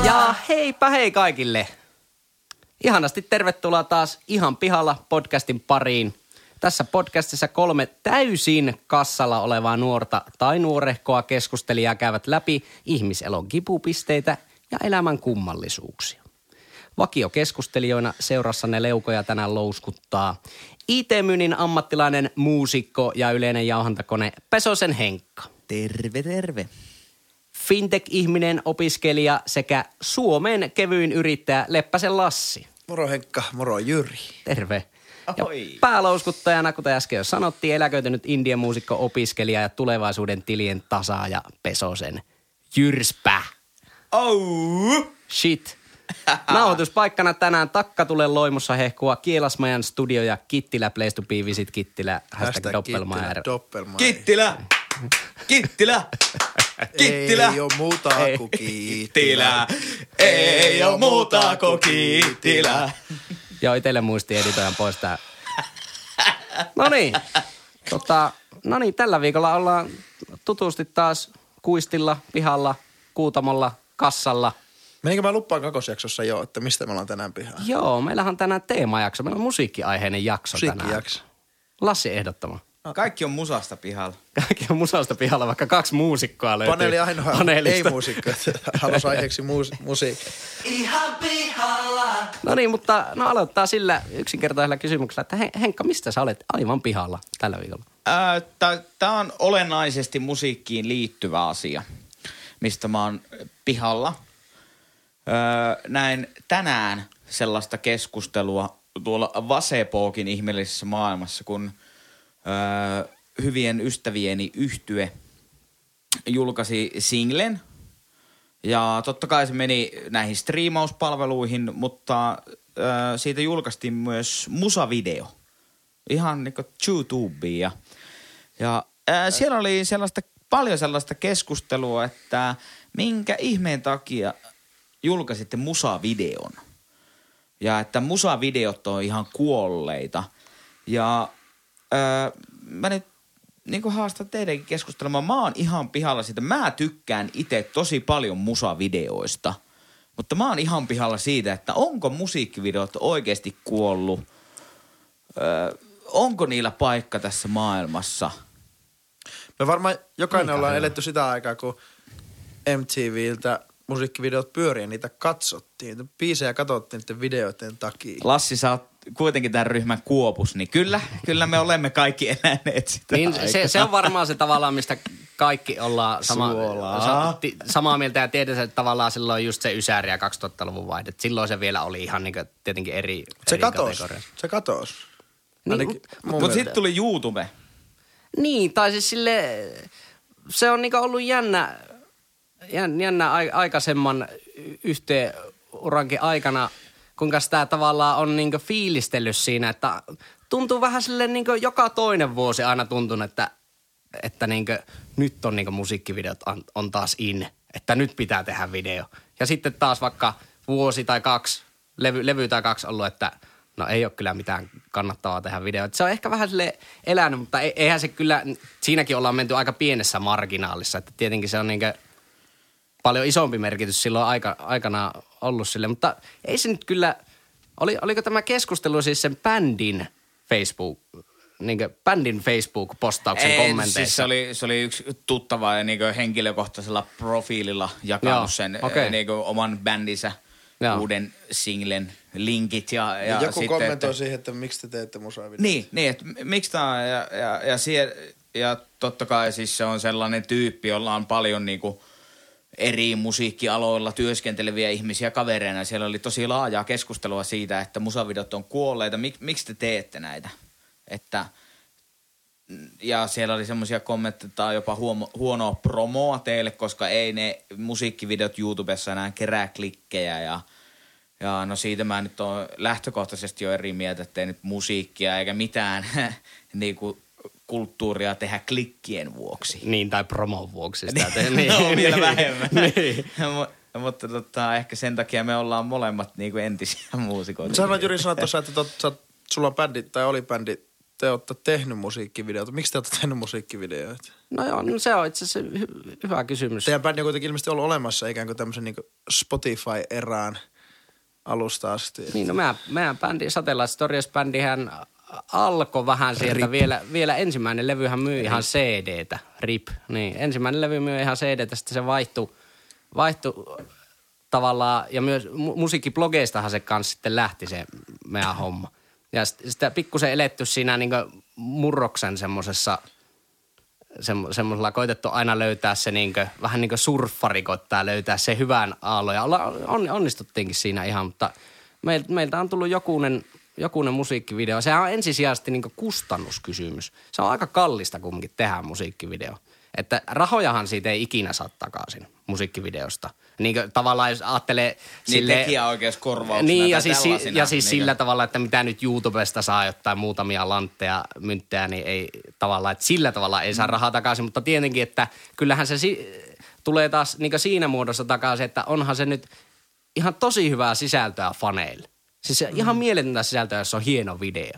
Ja heipä hei kaikille. Ihanasti tervetuloa taas Ihan pihalla podcastin pariin. Tässä podcastissa 3 täysin kassalla olevaa nuorta tai nuorehkoa keskustelijaa käyvät läpi ihmiselon kipupisteitä ja elämän kummallisuuksia. Vakiokeskustelijoina seurassanne leukoja tänään louskuttaa IT-myynnin ammattilainen, muusikko ja yleinen jauhantakone Pesosen Henkka. Terve, terve. Fintech-ihminen, opiskelija sekä Suomen kevyin yrittäjä Leppäsen Lassi. Moro Henkka, moro Jyri. Terve. Ja päälauskuttajana, kuten äsken jo sanottiin, eläköitynyt Indian muusikko, opiskelija ja tulevaisuuden tilien tasaaja Pesosen Jyrspä. Oh! Shit. Nauhoituspaikkana tänään Takkatulen Loimussa hehkua Kielasmajan studio ja Kittilä Place to be visit Kittilä. #Doppelmaier. Kittilä! Kittilä! Kittilä! Ei oo muuta kuin Kittilä. Ei oo muuta kuin Kittilä. Joo, itelle muisti editojan pois tää. Noniin, tällä viikolla ollaan tutusti taas kuistilla, pihalla, Kuutamolla, kassalla. Menikö mä luppaan kakosjaksossa jo, että mistä me ollaan tänään pihalla? Joo, meillähän on tänään teemajakso. Meillä on musiikkiaiheinen jakso tänään. Musiikkijakso. Lassi ehdottama. Kaikki on musasta pihalla. Kaikki on musasta pihalla, vaikka 2 muusikkoa löytyy. Paneeli ainoa ei-muusikko, halusi aiheeksi musiikki. Ihan pihalla. No niin, mutta aloittaa sillä yksinkertaisella kysymyksellä, että Henkka, mistä sä olet aivan pihalla tällä viikolla? Tämä on olennaisesti musiikkiin liittyvä asia, mistä mä oon pihalla. Näin tänään sellaista keskustelua tuolla Vasepokin ihmeellisessä maailmassa, kun hyvien ystävieni yhtye julkaisi singlen. Ja totta kai se meni näihin striimauspalveluihin, mutta siitä julkaistiin myös musavideo. Ihan niin kuin YouTubeen. Ja siellä oli paljon sellaista keskustelua, että minkä ihmeen takia julkaisitte musavideon. Ja että musavideot on ihan kuolleita. Ja mä nyt niin kuin haastan teidänkin keskustelemaan. Mä oon ihan pihalla siitä. Mä tykkään itse tosi paljon musavideoista. Mutta mä oon ihan pihalla siitä, että onko musiikkivideot oikeasti kuollut? Onko niillä paikka tässä maailmassa? Me varmaan jokainen ollaan eletty sitä aikaa, kun MTVltä musiikkivideot pyörii ja niitä katsottiin. Biisejä katsottiin niiden videoiden takia. Lassi, sä oot kuitenkin tämän ryhmän kuopus, niin kyllä me olemme kaikki eläneet sitä niin, se on varmaan se tavallaan, mistä kaikki ollaan samaa mieltä ja tiedetään, että tavallaan silloin just se Ysäri ja 2000-luvun vaihde. Silloin se vielä oli ihan niin kuin, tietenkin eri kategoriassa. Se katosi. Niin, mutta sitten tuli YouTube. Niin, tai siis se on niin kuin ollut jännä aikaisemman yhteenurankin aikana, kuinka sitä tavallaan on niinku fiilistellyt siinä, että tuntuu vähän silleen niinku joka toinen vuosi aina tuntunut, että niinku nyt on niinku musiikkivideot on taas in, että nyt pitää tehdä video. Ja sitten taas vaikka vuosi tai 2, levy tai 2 ollut, että no ei ole kyllä mitään kannattavaa tehdä video. Se on ehkä vähän silleen elänyt, mutta eihän se kyllä, siinäkin ollaan menty aika pienessä marginaalissa, että tietenkin se on niinku paljon isompi merkitys silloin aikana ollut sille, mutta ei se nyt kyllä, oliko tämä keskustelu siis sen bändin Facebook-postauksen kommenteissa? Siis se oli yksi tuttava ja niin henkilökohtaisella profiililla jakanut sen niin oman bändinsä uuden singlen linkit. Ja joku sitten, kommentoi siihen, että miksi te teette musavideoita. Niin, että miksi tämä on ja totta kai siis se on sellainen tyyppi, jolla on paljon niinku eri musiikkialoilla työskenteleviä ihmisiä kavereina. Siellä oli tosi laajaa keskustelua siitä, että musavideot on kuolleita. Miksi te teette näitä? Ja siellä oli semmoisia kommentteja, että on jopa huonoa promoa teille, koska ei ne musiikkivideot YouTubessa enää kerää klikkejä. Ja no siitä mä nyt oon lähtökohtaisesti jo eri mieltä, että ei nyt musiikkia eikä mitään niinku kulttuuria tehdä klikkien vuoksi. Niin, tai promon vuoksi sitä. No, vielä vähemmän. Mutta ehkä sen takia me ollaan molemmat niinku entisiä muusikoita. Sanoit Jyri tuossa, että sulla on bändi, tai oli bändi te olette tehnyt musiikkivideoita? Miksi te olette tehnyt musiikkivideoita? No joo, no se on itse asiassa hyvä kysymys. Teidän bändi on kuitenkin ilmeisesti ollut olemassa ikään kuin tämmöisen niin Spotify-erään alusta asti. Niin, no meidän bändi, Satellite Stories-bändihän alkoi vähän sieltä. Vielä ensimmäinen levyhän myi ihan CD-tä. RIP. Niin, ensimmäinen levy myi ihan CD-tä, sitten se vaihtui tavallaan, ja myös musiikkiblogeistahan se kanssa sitten lähti se meidän homma. Ja sitä pikkusen eletty siinä niin kuin murroksen semmoisella koitettu aina löytää se niin kuin, vähän niin kuin surffari koittaa löytää se hyvän aallon. Ja onnistuttiinkin siinä ihan, mutta meiltä on tullut jokunen musiikkivideo. Sehän on ensisijaisesti niin kuin kustannuskysymys. Se on aika kallista kumminkin tehdä musiikkivideo. Että rahojahan siitä ei ikinä saa takaisin musiikkivideosta. Niin kuin tavallaan jos ajattelee niin tekijäoikeuskorvauksena niin, ja siis sillä tavalla, että mitä nyt YouTubesta saa jotain muutamia lantteja, mynttejä, niin ei tavallaan, että sillä tavalla ei saa rahaa takaisin. Mutta tietenkin, että kyllähän se tulee taas niin kuin siinä muodossa takaisin, että onhan se nyt ihan tosi hyvää sisältöä faneille. Siis ihan mieletöntä sisältöä, jos on hieno video.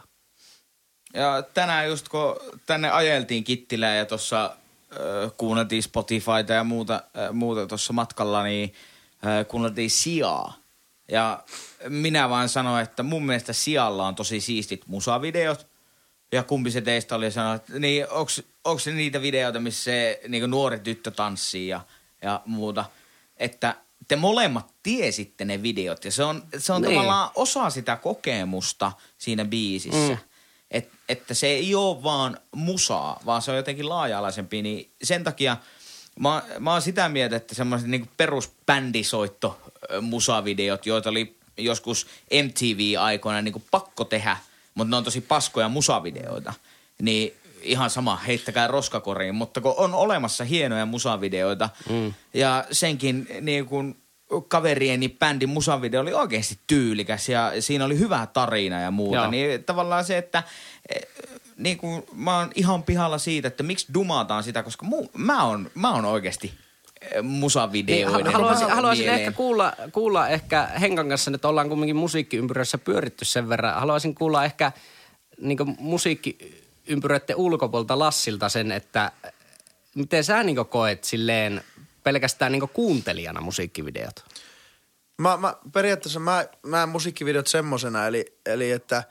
Ja tänään just kun tänne ajeltiin Kittilään ja tuossa kuunneltiin Spotifyta ja muuta tuossa matkalla, niin kuunneltiin Siaa. Ja minä vaan sanoin, että mun mielestä Sialla on tosi siistit musavideot. Ja kumpi se teistä oli sanoa, että niin onko se niitä videoita, missä se niin nuori tyttö tanssii ja muuta. Että te molemmat tiesitte ne videot ja se on niin. Tavallaan osa sitä kokemusta siinä biisissä. Että se ei ole vaan musaa, vaan se on jotenkin laaja-alaisempi, niin sen takia mä oon sitä mieltä, että semmoiset niin perusbändisoitto musavideot, joita oli joskus MTV-aikoina niin pakko tehdä, mutta ne on tosi paskoja musavideoita, niin ihan sama, heittäkää roskakoriin, mutta kun on olemassa hienoja musavideoita ja senkin niin kuin kaverieni bändin musavideo oli oikeasti tyylikäs ja siinä oli hyvä tarina ja muuta. Joo. Niin tavallaan se, että niin kuin mä oon ihan pihalla siitä, että miksi dumataan sitä, koska mä oon oikeasti musavideoiden niin, haluaisin ehkä kuulla ehkä Henkan kanssa, että ollaan kumminkin musiikkiympyröissä pyöritty sen verran. Haluaisin kuulla ehkä niin kuin musiikkiympyröiden ulkopuolelta Lassilta sen, että miten sä niin kuin koet silleen pelkästään niin kuuntelijana musiikkivideot? Periaatteessa mä musiikkivideot semmosena, eli että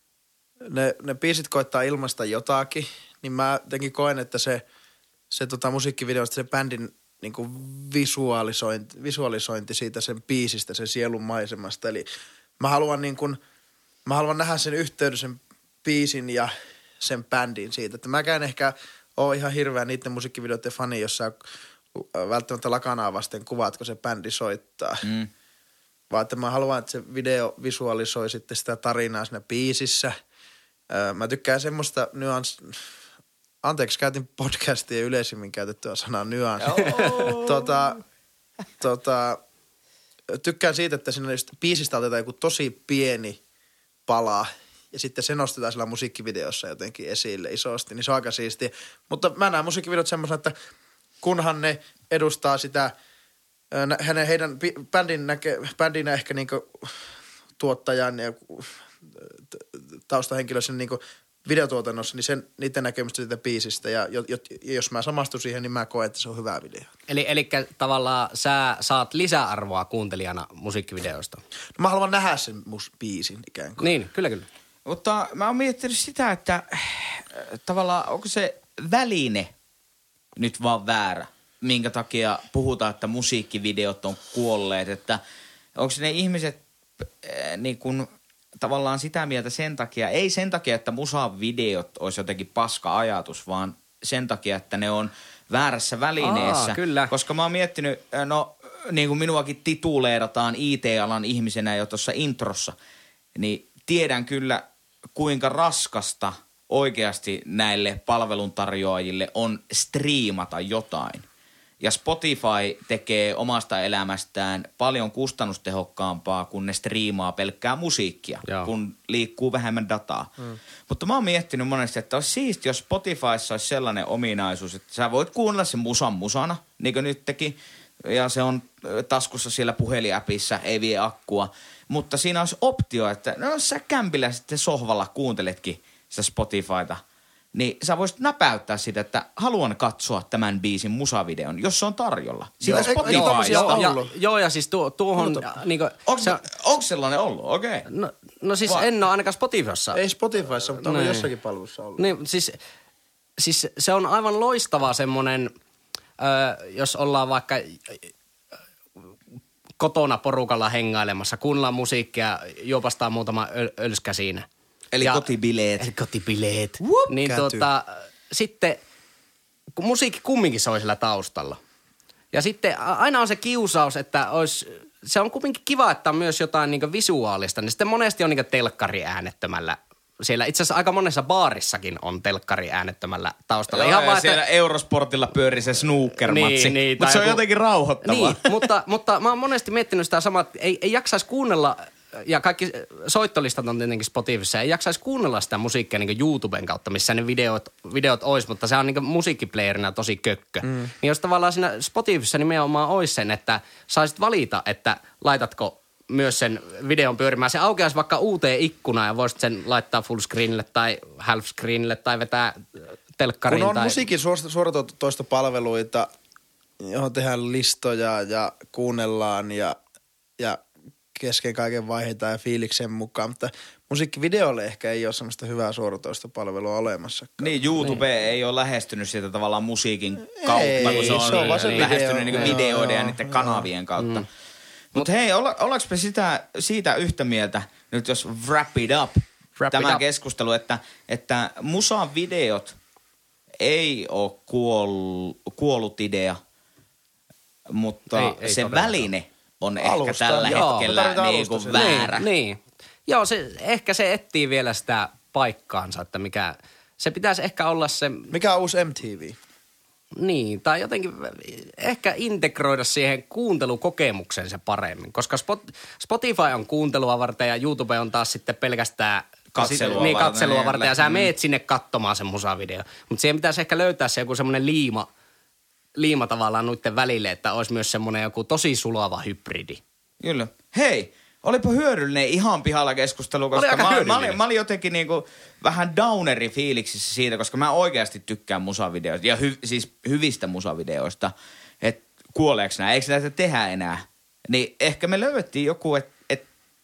ne biisit koittaa ilmaista jotakin, niin mä jotenkin koen, että se musiikkivideosta se bändin niin kuin visualisointi siitä sen biisistä, sen sielun maisemasta. Eli mä haluan nähdä sen yhteyden, sen biisin ja sen bändin siitä. Että mäkään ehkä ole ihan hirveän niiden musiikkivideoiden fani, jossa välttämättä lakanaa vasten kuvaatko se bändi soittaa. Vaan että mä haluan, että se video visualisoi sitten sitä tarinaa siinä biisissä. Mä tykkään semmoista anteeksi, käytin podcastia yleisimmin käytettyä sanaa nyanssi. Tykkään siitä, että siinä biisistä otetaan joku tosi pieni pala ja sitten se nostetaan sillä musiikkivideossa jotenkin esille isosti, niin se on aika siistiä. Mutta mä näen musiikkivideot semmoisena, että kunhan ne edustaa sitä heidän bändinä ehkä niinku tuottajan ja taustahenkilössä niinku videotuotannossa, niin niiden näkemystä siitä biisistä. Ja jos mä samastun siihen, niin mä koen, että se on hyvä video. Eli tavallaan sä saat lisäarvoa kuuntelijana musiikkivideosta. No mä haluan nähdä sen biisin ikään kuin. Niin, kyllä. Mutta mä oon miettinyt sitä, että tavallaan onko se väline nyt vaan väärä, minkä takia puhutaan, että musiikkivideot on kuolleet, että onko ne ihmiset niin kuin tavallaan sitä mieltä sen takia, ei sen takia, että musavideot olisi jotenkin paska ajatus, vaan sen takia, että ne on väärässä välineessä. Kyllä. Koska mä oon miettinyt, no niin kuin minuakin tituleerataan IT-alan ihmisenä jo tuossa introssa, niin tiedän kyllä kuinka raskasta oikeasti näille palveluntarjoajille on striimata jotain. Ja Spotify tekee omasta elämästään paljon kustannustehokkaampaa, kun ne striimaa pelkkää musiikkia, kun liikkuu vähemmän dataa. Mutta mä oon miettinyt monesti, että olisi siisti, jos Spotifyssa olisi sellainen ominaisuus, että sä voit kuunnella sen musan musana, niin kuin nyt teki, ja se on taskussa siellä puhelinäpissä, ei vie akkua. Mutta siinä olisi optio, että no sä kämpillä sitten sohvalla kuunteletkin sitä Spotifyta, niin sä voisit näpäyttää sitä, että haluan katsoa tämän biisin musavideon, jos se on tarjolla. Siitä Spotifysta. Joo, ja siis tuohon... Niinku, onko sellainen ollut? Okei. Okay. No siis en ole ainakaan Spotifyssa. Ei Spotifyssa, mutta on jossakin palvelussa ollut. Niin, siis se on aivan loistava semmoinen, jos ollaan vaikka kotona porukalla hengailemassa, kuunnellaan musiikkia, juopastaan muutama ölskä siinä. Eli kotibileet. Eli kotibileet. Niin sitten, kun musiikki kumminkin soi sillä taustalla. Ja sitten aina on se kiusaus, että se on kumminkin kiva, että on myös jotain niin visuaalista. Niin sitten monesti on niin telkkari äänettömällä. Siellä itse asiassa aika monessa baarissakin on telkkari äänettömällä taustalla. Joo, ihan siellä Eurosportilla pyörii se snooker-matsi. Niin, mutta se on jotenkin rauhoittavaa. Niin, mutta mä oon monesti miettinyt sitä samaa, että ei jaksaisi kuunnella, ja kaikki soittolistat on tietenkin Spotifyssa, ei jaksaisi kuunnella sitä musiikkia niin YouTuben kautta, missä ne videot olisi, mutta se on niin musiikkiplayerina tosi kökkö. Niin jos tavallaan siinä Spotifyssa nimenomaan olisi sen, että saisit valita, että laitatko myös sen videon pyörimään. Se aukeaisi vaikka uuteen ikkunaan ja voisit sen laittaa full screenille tai half screenille tai vetää telkkariin. Kun on musiikin suoratoistopalveluita, johon tehdään listoja ja kuunnellaan ja kesken kaiken vaiheita ja fiiliksen mukaan, mutta musiikkivideolle ehkä ei ole semmoista hyvää suoratoistopalvelua olemassakaan. Niin, YouTube ei ole lähestynyt sitä tavallaan musiikin kautta, kun se on lähestynyt video. Videoiden ja niiden kanavien kautta. Mutta hei, ollaanko me siitä yhtä mieltä, nyt jos wrap it up, tämä keskustelu, että musavideot ei ole kuollut idea, mutta ei se väline on ehkä tällä hetkellä niinku väärä. Niin. Joo, ehkä se etsii vielä sitä paikkaansa, että se pitäisi ehkä olla se... Mikä on uusi MTV? Niin, tai jotenkin ehkä integroida siihen kuuntelukokemukseen se paremmin, koska Spotify on kuuntelua varten ja YouTube on taas sitten pelkästään katselua varten ja sä meet sinne katsomaan sen musavideo. Mutta siihen pitäisi ehkä löytää se joku semmoinen liima tavallaan noitten välille, että olisi myös semmoinen joku tosi sulava hybridi. Kyllä. Hei, olipa hyödyllinen ihan pihalla keskustelu, koska mä olin jotenkin niinku vähän downeri fiiliksissä siitä, koska mä oikeasti tykkään musavideoista ja siis hyvistä musavideoista, että kuoleeko nää, eikö näitä tehdä enää. Niin ehkä me löydettiin joku, että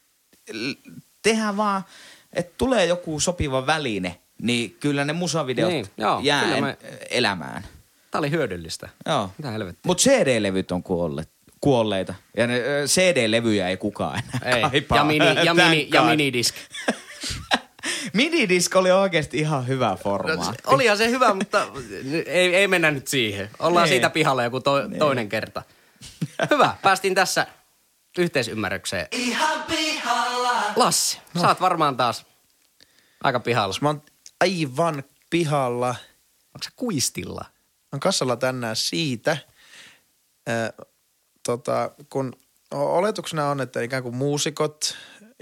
tehdään vaan, että tulee joku sopiva väline, niin kyllä ne musavideot jää elämään. Tää oli hyödyllistä. Joo. Mitä helvettiä. Mut CD-levyt on kuolleita. Ja ne CD-levyjä ei kukaan enää kaipaa. Ja minidisk. Minidisk oli oikeasti ihan hyvä formaatti. Olihan se hyvä, mutta ei mennä nyt siihen. Ollaan siitä pihalla joku toinen kerta. Hyvä, päästiin tässä yhteisymmärrykseen. Ihan pihalla. Lassi, sä oot varmaan taas aika pihalla. Mä oon aivan pihalla. Onko sä kuistilla? On kassalla tänään siitä, kun oletuksena on, että ikään kuin muusikot,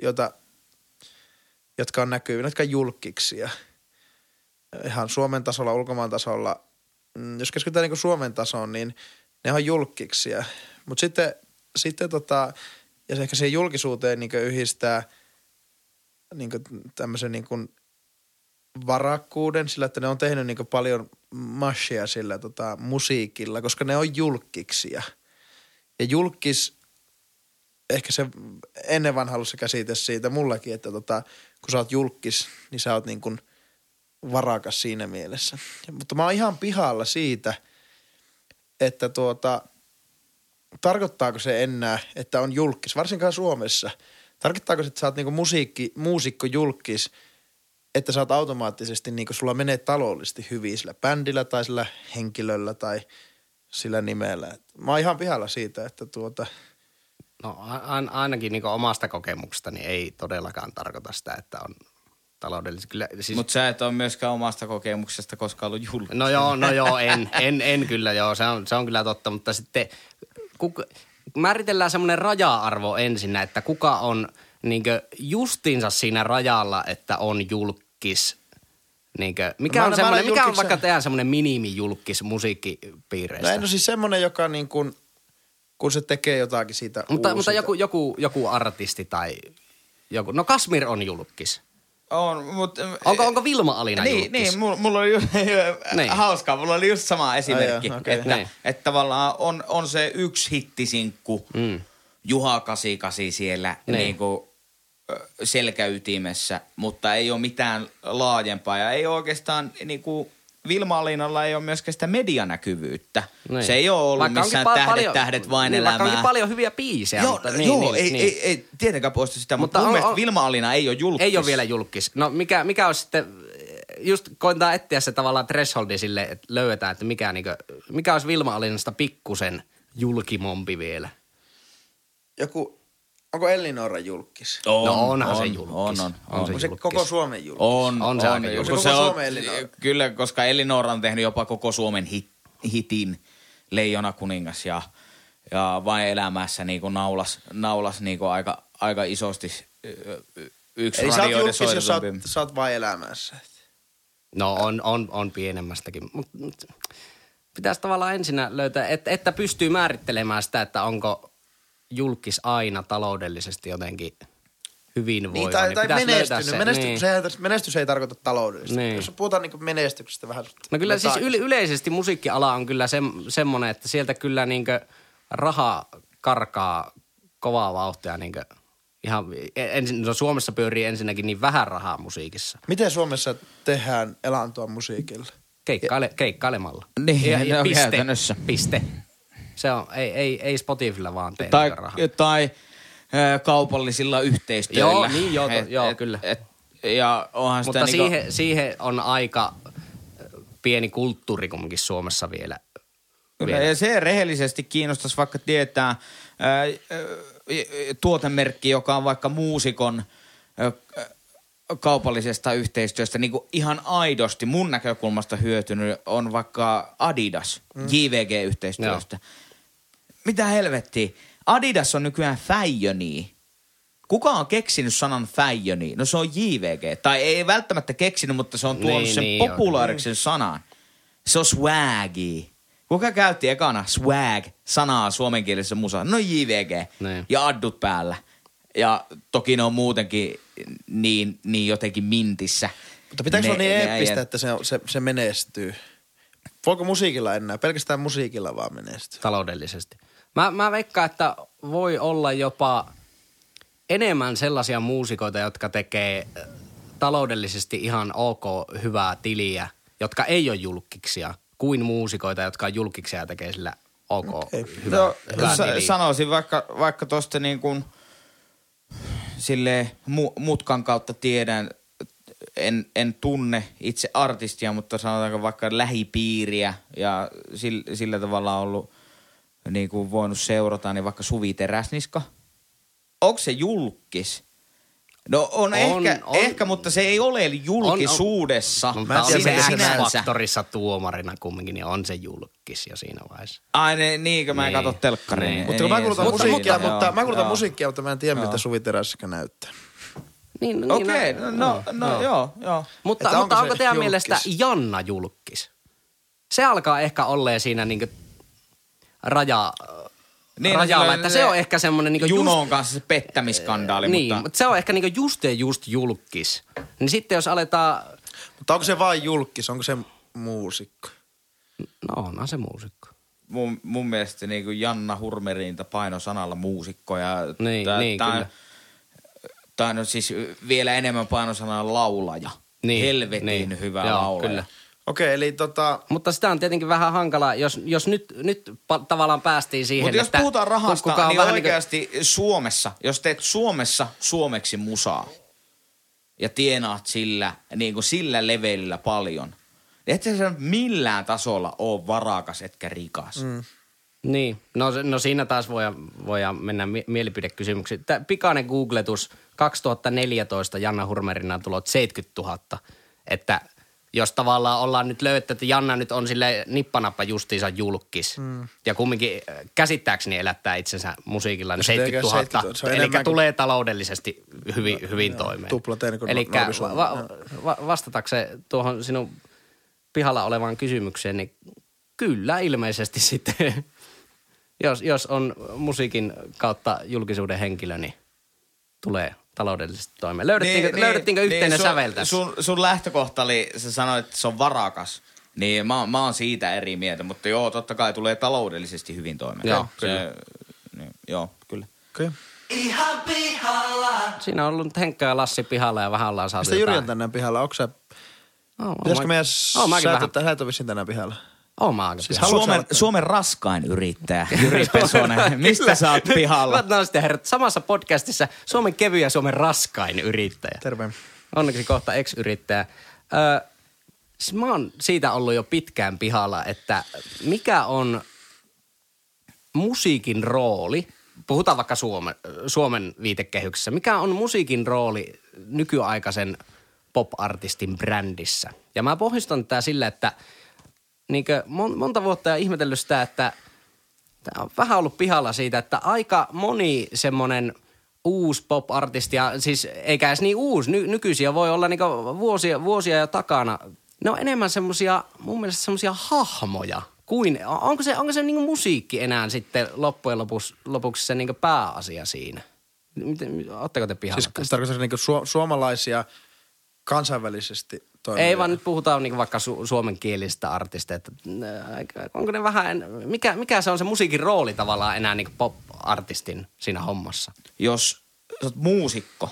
jotka on näkyviä, jotka on julkkiksia, ihan Suomen tasolla, ulkomaan tasolla. Jos keskitytään niin kuin Suomen tasoon, niin ne on julkkiksia. Mutta sitten ja se ehkä siihen julkisuuteen niin yhdistää niin tämmöisen niin varakkuuden sillä, että ne on tehnyt niin paljon mashia sillä musiikilla, koska ne on julkkiksia. Ja julkis, ehkä se ennen vanha ollut se käsite siitä mullakin, että kun sä oot julkis, niin sä oot niin kuin varakas siinä mielessä. Mutta mä oon ihan pihalla siitä, että tarkoittaako se enää, että on julkis, varsinkaan Suomessa. Tarkoittaako se, että sä oot niin kuin muusikko julkis, että sä oot automaattisesti niin kuin sulla menee taloudellisesti hyvin sillä bändillä tai sillä henkilöllä tai sillä nimellä. Mä oon ihan pihalla siitä, että No ainakin niin omasta kokemuksestani ei todellakaan tarkoita sitä, että on taloudellisesti. Siis... Mutta sä et ole myöskään omasta kokemuksesta koskaan ollut julkis. No joo, en kyllä joo, se on kyllä totta, mutta sitten määritellään semmoinen raja-arvo ensinnä, että kuka on niinkö justiinsa siinä rajalla, että on julkis. Niinkö, mikä on vaikka tehdään semmoinen minimijulkis musiikkipiireistä? No siis semmoinen, joka niin kuin, kun se tekee jotakin siitä mutta joku artisti tai joku, no Kasmir on julkis. On, mutta... Onko Vilma-Alina julkis? Niin, mulla oli hauskaa, mulla oli just sama esimerkki, että tavallaan on se yksi hittisinkku, Juha 88 siellä niinku selkäytimessä, mutta ei ole mitään laajempaa ja ei oikeastaan niinku Vilma-Alinalla ei ole myöskään sitä medianäkyvyyttä. Niin. Se ei ole ollut vaikka missään tähdet vain elämää. Vaikka onkin paljon hyviä biisejä. Joo, ei tietenkään poista sitä, mutta mun mielestä Vilma-Alina ei ole julkis. Ei ole vielä julkis. No mikä on sitten, just koetaan etsiä se tavallaan thresholdi sille, että löydetään, että mikä olisi Vilma-Alinasta pikkusen julkimompi vielä. Onko Elinora julkis? Onhan se julkis. On se koko Suomen julkis? On se aika julkis. Koko Suomen Elinora? Kyllä, koska Elinora on tehnyt jopa koko Suomen hitin Leijona kuningas ja vain elämässä niinku naulas niinku aika isosti yksi eli radioiden soitetumpi. Eli sä oot julkis, jos sä oot vain elämässä? No on pienemmästäkin, mutta pitäisi tavallaan ensinnä löytää, että pystyy määrittelemään sitä, että onko julkis aina taloudellisesti jotenkin hyvinvoiva. Niin, tai menestynyt. Menestys ei tarkoita taloudellisesti. Niin. Jos puhutaan niin menestyksestä vähän. No kyllä siis yleisesti musiikkiala on kyllä semmoinen, että sieltä kyllä niin raha karkaa kovaa vauhtia niin ihan Suomessa pyörii ensinnäkin niin vähän rahaa musiikissa. Miten Suomessa tehdään elantoa musiikilla? Keikkailemalla. Niin, käytännössä. Piste. Se on, ei Spotifylla vaan tee rahaa. Tai kaupallisilla yhteistyöllä. Joo, kyllä. Ja onhan mutta sitä siihen on aika pieni kulttuuri kumminkin Suomessa vielä. Ja se rehellisesti kiinnostaisi vaikka tietää tuotemerkki, joka on vaikka muusikon kaupallisesta yhteistyöstä niin kuin ihan aidosti mun näkökulmasta hyötynyt on vaikka Adidas JVG-yhteistyöstä. Mitä helvettiä? Adidas on nykyään fäijöni. Kuka on keksinyt sanan fäijöni? No se on JVG. Tai ei välttämättä keksinyt, mutta se on tuonut sen populaariksen sanan. Se on swaggy. Kuka käytti ekana swag-sanaa suomenkielisessä musassa? No JVG. Niin. Ja addut päällä. Ja toki ne on muutenkin niin jotenkin mintissä. Mutta pitääkö olla niin eeppistä, että se menestyy? Voiko musiikilla enää? Pelkästään musiikilla vaan menestyy? Taloudellisesti. Mä veikkaan, että voi olla jopa enemmän sellaisia muusikoita, jotka tekee taloudellisesti ihan ok hyvää tiliä, jotka ei ole julkkiksia, kuin muusikoita, jotka on julkkiksia ja tekee sillä ok hyvää tiliä. Sanoisin vaikka tosta niin kuin silleen mutkan kautta tiedän, en tunne itse artistia, mutta sanotaanko vaikka lähipiiriä ja sillä tavalla on ollut niin kuin voinut seurata, niin vaikka Suvi Teräsniska. Onko se julkis? No on ehkä, mutta se ei ole julkisuudessa. Mä en tiedä, X-Factorissa tuomarina kumminkin, niin on se julkis jo siinä vaiheessa. Ai niinkö mä en katso telkkariin. Niin. Mutta mä kulutan musiikkia, mutta mä en tiedä, miltä Suvi Teräsniska näyttää. Okei, joo. Mutta onko teidän mielestä Janna julkis? Se alkaa ehkä olleen siinä niinku rajalla, että se on ehkä semmoinen niinku Junon kanssa se pettämisskandaali, mutta se on ehkä niinku just julkis. Niin sitten jos aletaan... Mutta onko se vain julkis? Onko se muusikko? No onhan se muusikko. Mun mielestä niinku Janna Hurmerinta paino sanalla muusikko ja... kyllä. Tai no siis vielä enemmän painosanalla laulaja. Helvetin hyvä laulaja. Kyllä. Okei, eli Mutta sitä on tietenkin vähän hankalaa, jos nyt tavallaan päästiin siihen, mutta jos puhutaan rahasta, niin oikeasti Suomessa, jos teet Suomessa suomeksi musaa ja tienaat sillä levelillä paljon, niin et sä millään tasolla ole varakas etkä rikas. Niin, no siinä taas voidaan mennä mielipidekysymyksiin. Pikainen googletus 2014 Janna Hurmerinaan tulot 70 000, että jos tavallaan ollaan nyt löydetty, että Janna nyt on sille nippanappa justiinsa julkis ja kumminkin käsittääkseni elättää itsensä musiikilla, niin 70 000, eli tulee taloudellisesti hyvin toimeen. Eli vastatakseen tuohon sinun pihalla olevaan kysymykseen, niin kyllä ilmeisesti sitten, jos on musiikin kautta julkisuuden henkilö, niin tulee taloudellisesti toimeen. Löydettiinkö yhteinen sävel tässä? Sun lähtökohta oli, sä sanoit, että se on varakas. Niin mä oon siitä eri mieltä, mutta joo, totta kai tulee taloudellisesti hyvin toimeen. Joo, joo, kyllä. Okay. Ihan pihalla. Siinä on ollut Henkka ja Lassi pihalla ja vähän ollaan saatu Mistä Jyri on tänään pihalla? Onko sä... Pitäisikö meidän sä et ole vissiin tänään pihalla? Oon mä aika pihalla. Suomen raskain yrittäjä, Jyri Pesonen. Mistä sä oot pihalla? Hyvät naiset ja herrat, samassa podcastissa Suomen kevyin ja Suomen raskain yrittäjä. Terve. Onneksi kohta ex-yrittäjä. Siis mä oon siitä ollut jo pitkään pihalla, että mikä on musiikin rooli, puhutaan vaikka Suomen viitekehyksessä, mikä on musiikin rooli nykyaikaisen pop-artistin brändissä? Ja mä pohjustan tää sillä, että niinkö monta vuotta ja ihmetellyt sitä, että tää on vähän ollut pihalla siitä, että aika moni semmonen uusi pop-artisti, ja siis eikä edes niin uusi, nykyisiä voi olla niinku vuosia jo takana. Ne on enemmän semmosia, mun mielestä semmosia hahmoja kuin, onko se niinku musiikki enää sitten loppujen lopuksi se niinku pääasia siinä? Ootteko te pihalla? Siis tarkoittaa niinku suomalaisia kansainvälisesti toimivia? Ei vaan nyt puhutaan niinku vaikka suomenkielisistä artisteista. Onko ne vähän, mikä se on se musiikin rooli tavallaan enää niinku pop-artistin siinä hommassa? Jos sä oot muusikko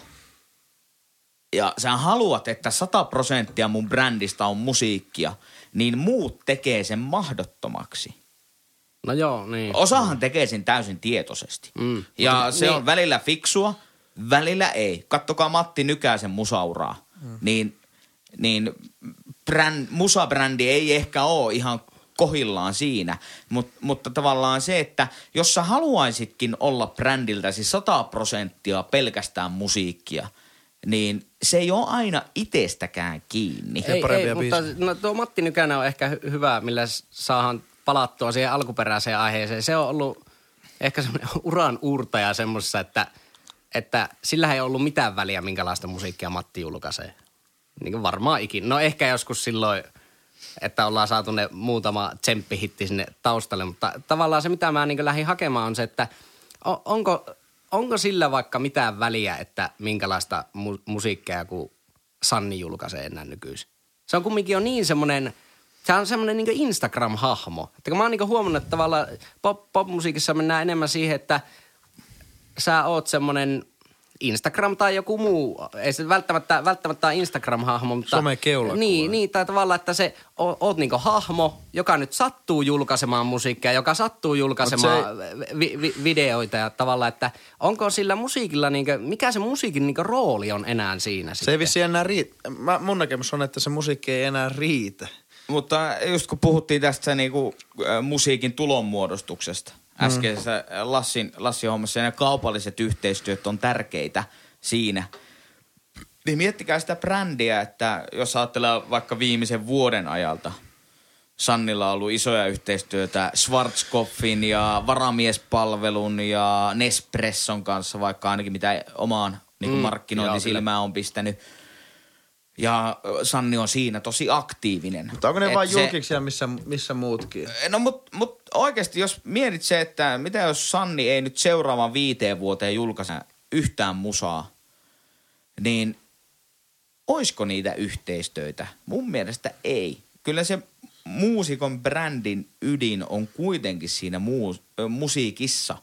ja sä haluat, että 100% mun brändistä on musiikkia, niin muut tekee sen mahdottomaksi. No joo, niin. Osahan tekee sen täysin tietoisesti. Ja se on välillä fiksua, välillä ei. Kattokaa Matti Nykäsen musauraa. Niin musabrändi ei ehkä ole ihan kohillaan siinä, mutta tavallaan se, että jos sä haluaisitkin olla brändiltäsi 100% pelkästään musiikkia, niin se ei ole aina itsestäkään kiinni. Ei, mutta tuo Matti Nykänen on ehkä hyvä, millä saadaan palattua siihen alkuperäiseen aiheeseen. Se on ollut ehkä semmoinen uran uurtaja semmoisessa, että sillä ei ollut mitään väliä, minkälaista musiikkia Matti julkaisee. Niin kuin varmaan ikinä. No ehkä joskus silloin, että ollaan saatu ne muutama tsemppihitti sinne taustalle, mutta tavallaan se, mitä mä niin lähdin hakemaan on se, että onko sillä vaikka mitään väliä, että minkälaista musiikkia joku Sanni julkaisee enää nykyisin? Se on kumminkin jo niin semmoinen, se on semmoinen niin Instagram-hahmo. Että kun mä oon niin huomannut, että tavallaan pop-musiikissa mennään enemmän siihen, että sä oot semmoinen Instagram tai joku muu, ei se välttämättä Instagram-hahmo, mutta somekeula. Niin, tai tavallaan, että se oot niinku hahmo, joka nyt sattuu julkaisemaan musiikkia, joka sattuu julkaisemaan videoita ja tavallaan, että onko sillä musiikilla niinku, mikä se musiikin niinku rooli on enää siinä sitten? Se ei vissiin enää riitä. Mun näkemys on, että se musiikki ei enää riitä. Mutta just kun puhuttiin tästä niinku musiikin tulonmuodostuksesta, äskeisessä Lassin hommassa ja ne kaupalliset yhteistyöt on tärkeitä siinä. Niin miettikää sitä brändiä, että jos ajattelee vaikka viimeisen vuoden ajalta, Sannilla on ollut isoja yhteistyötä Schwarzkopfin ja Varamiespalvelun ja Nespresson kanssa, vaikka ainakin mitä omaan niin markkinointisilmään on pistänyt. Ja Sanni on siinä tosi aktiivinen. Mutta onko ne vain julkiksia missä muutkin? No mut oikeasti jos mietit se, että mitä jos Sanni ei nyt seuraavan 5 vuoteen julkaise yhtään musaa, niin oisko niitä yhteistöitä? Mun mielestä ei. Kyllä se muusikon brändin ydin on kuitenkin siinä musiikissa.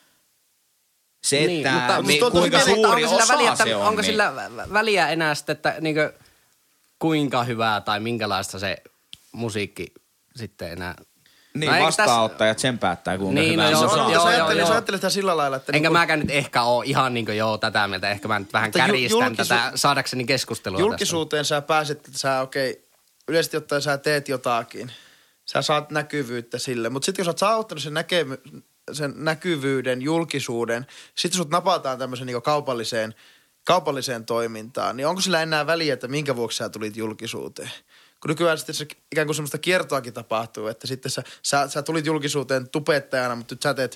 Se, niin, että mutta kuinka suuri osa väliä, se on. Onko sillä väliä enää sitten, että niinkö, kuinka hyvää tai minkälaista se musiikki sitten enää? Niin, vastaanottajat sen päättää, kuinka hyvää se on. Jos ajattelet sitä sillä lailla, että... Enkä mäkään nyt ehkä ole ihan niin kuin tätä mieltä. Ehkä mä nyt vähän kärjistän tätä saadakseni keskustelua julkisuuteen tästä. Sä pääset, että sä yleisesti ottaen sä teet jotakin. Sä saat näkyvyyttä sille. Mutta sitten kun sä oot saavuttanut sen näkyvyyden, julkisuuden, sitten sut napataan tämmöisen niin kaupalliseen toimintaan, niin onko sillä enää väliä, että minkä vuoksi sä tulit julkisuuteen? Kun nykyään sitten se ikään kuin semmoista kiertoakin tapahtuu, että sitten sä tulit julkisuuteen tubettajana, mutta nyt sä teet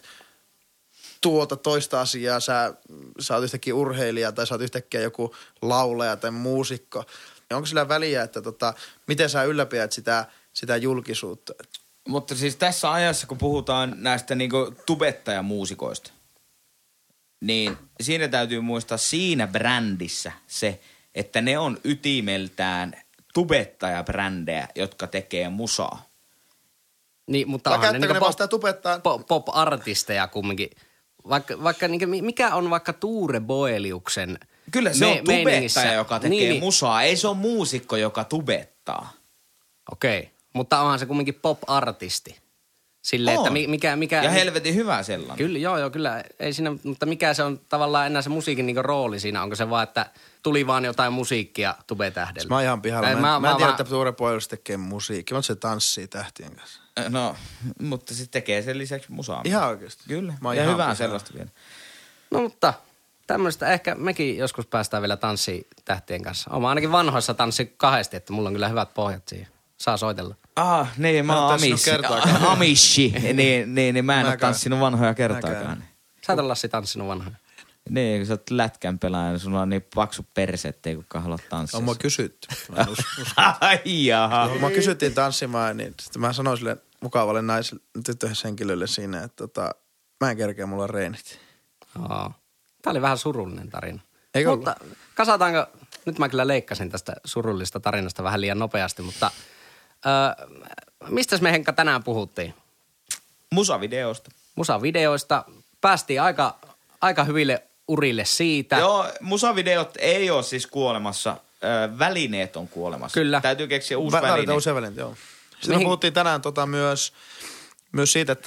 toista asiaa, sä oot yhtäkkiä urheilija tai sä oot yhtäkkiä joku laulaja tai muusikko. Ja onko sillä väliä, että miten sä ylläpidät sitä julkisuutta? Mutta siis tässä ajassa, kun puhutaan näistä niinku tubettajamuusikoista, niin siinä täytyy muistaa siinä brändissä se, että ne on ytimeltään tubettajabrändejä, jotka tekee musaa. Niin, mutta Vai onhan ne käyttäkö ne vastaan tubettaa? pop-artisteja kumminkin. Vaikka mikä on vaikka Tuure Boeliuksen Kyllä se on tubettaja, joka tekee niin, musaa. Ei se ole muusikko, joka tubettaa. Okei, mutta onhan se kumminkin pop-artisti. Silleen, että mikä... Ja helvetin hyvä sellainen. Kyllä, joo, kyllä. Ei siinä, mutta mikä se on tavallaan enää se musiikin niinku rooli siinä? Onko se vaan, että tuli vaan jotain musiikkia tubetähdellä? Mä oon ihan pihalla. Mä en tiedä, että Tuure Boelius tekee musiikkia, mutta se tanssii tähtien kanssa. No, mutta se tekee sen lisäksi musaa. Ihan oikeasti? Kyllä, Mä ja hyvää pihalla. sellaista vielä. No mutta tämmöistä ehkä mekin joskus päästään vielä tanssiin tähtien kanssa. Oon ainakin vanhoissa tanssi kahdesti, että mulla on kyllä hyvät pohjat siihen. Saa soitella. Niin, mä oon amishi. niin mä en oo tanssinut vanhoja kertaakaan. Sä et ole Lassi tanssinut vanhoja. Niin, kun sä oot lätkän pelaaja, niin sulla on niin paksu perse, ettei kukaan halua tanssia. On mua kysytty. Ai jaha. Mua kysyttiin tanssimaan, niin sitten mä sanoin sille mukavalle naiselle, tyttöhenkilölle siinä, että mä en kerkeä, mulla on reenit. Tää oli vähän surullinen tarina. Eikö Mutta kasataanko, nyt mä kyllä leikkasin tästä surullista tarinasta vähän liian nopeasti, mutta mistäs me Henkka tänään puhuttiin? Musavideosta. Musavideoista. Päästiin aika hyville urille siitä. Joo, musavideot ei ole siis kuolemassa. Välineet on kuolemassa. Kyllä. Täytyy keksiä uusi väline. Tarvitaan uusia välineitä, joo. Sitten me puhuttiin tänään myös siitä, että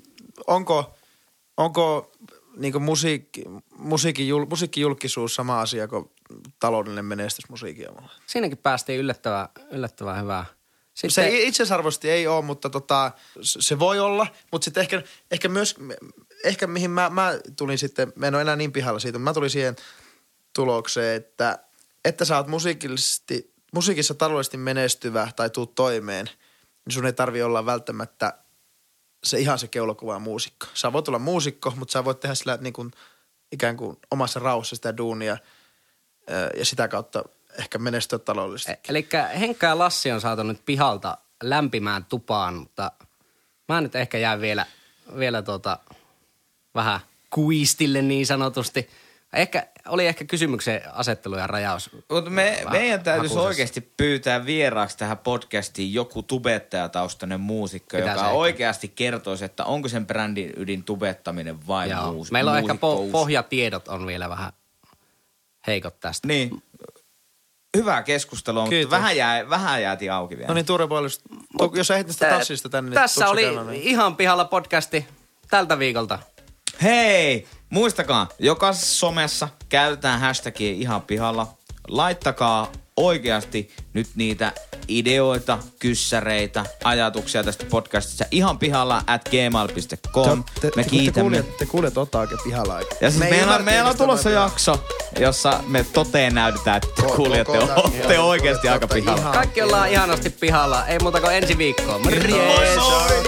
onko niinku musiikkijulkisuus sama asia kuin taloudellinen menestys musiikin alalla. Siinäkin päästiin yllättävän hyvää. Sitten... Se itsesarvoisesti ei ole, mutta se voi olla, mutta sitten ehkä myös, mihin mä tulin sitten, mä en ole enää niin pihalla siitä, mutta mä tulin siihen tulokseen, että sä oot musiikissa taloudellisesti menestyvä tai tuut toimeen, niin sun ei tarvi olla välttämättä ihan se keulakuva muusikko. Sä voit olla muusikko, mutta sä voit tehdä sillä niin kuin, ikään kuin omassa rauhassa sitä duunia ja sitä kautta ehkä menestyä taloudellisesti. Elikkä Henkka ja Lassi on saatu nyt pihalta lämpimään tupaan, mutta mä nyt ehkä jään vielä vähän kuistille niin sanotusti. Oli ehkä kysymyksen asettelu ja rajaus. Mutta meidän täytyisi oikeasti pyytää vieraaksi tähän podcastiin joku tubettajataustainen muusikko, joka oikeasti kertoisi, että onko sen brändin ydin tubettaminen vai muusikko. Meillä on ehkä pohjatiedot on vielä vähän heikot tästä. Niin. Hyvää keskustelua, mutta vähän jäätiin auki vielä. No niin, Tuure Boelius, jos sä ehdit sitä tassista tänne. Tässä oli Ihan pihalla podcasti tältä viikolta. Hei, muistakaa, joka somessa käytetään hashtagia Ihan pihalla. Laittakaa oikeasti nyt niitä ideoita, kyssäreitä, ajatuksia tästä podcastista ihanpihalla@gmail.com. Me kiitämme. Te kuulet Otake pihalla aika. Ja siis meillä on tulossa jakso, jossa me toteen näytetään, että kuulijat olette oikeasti aika pihalla. Kaikki ollaan ihanasti pihalla. Ei muuta kuin ensi viikkoon. Morjens!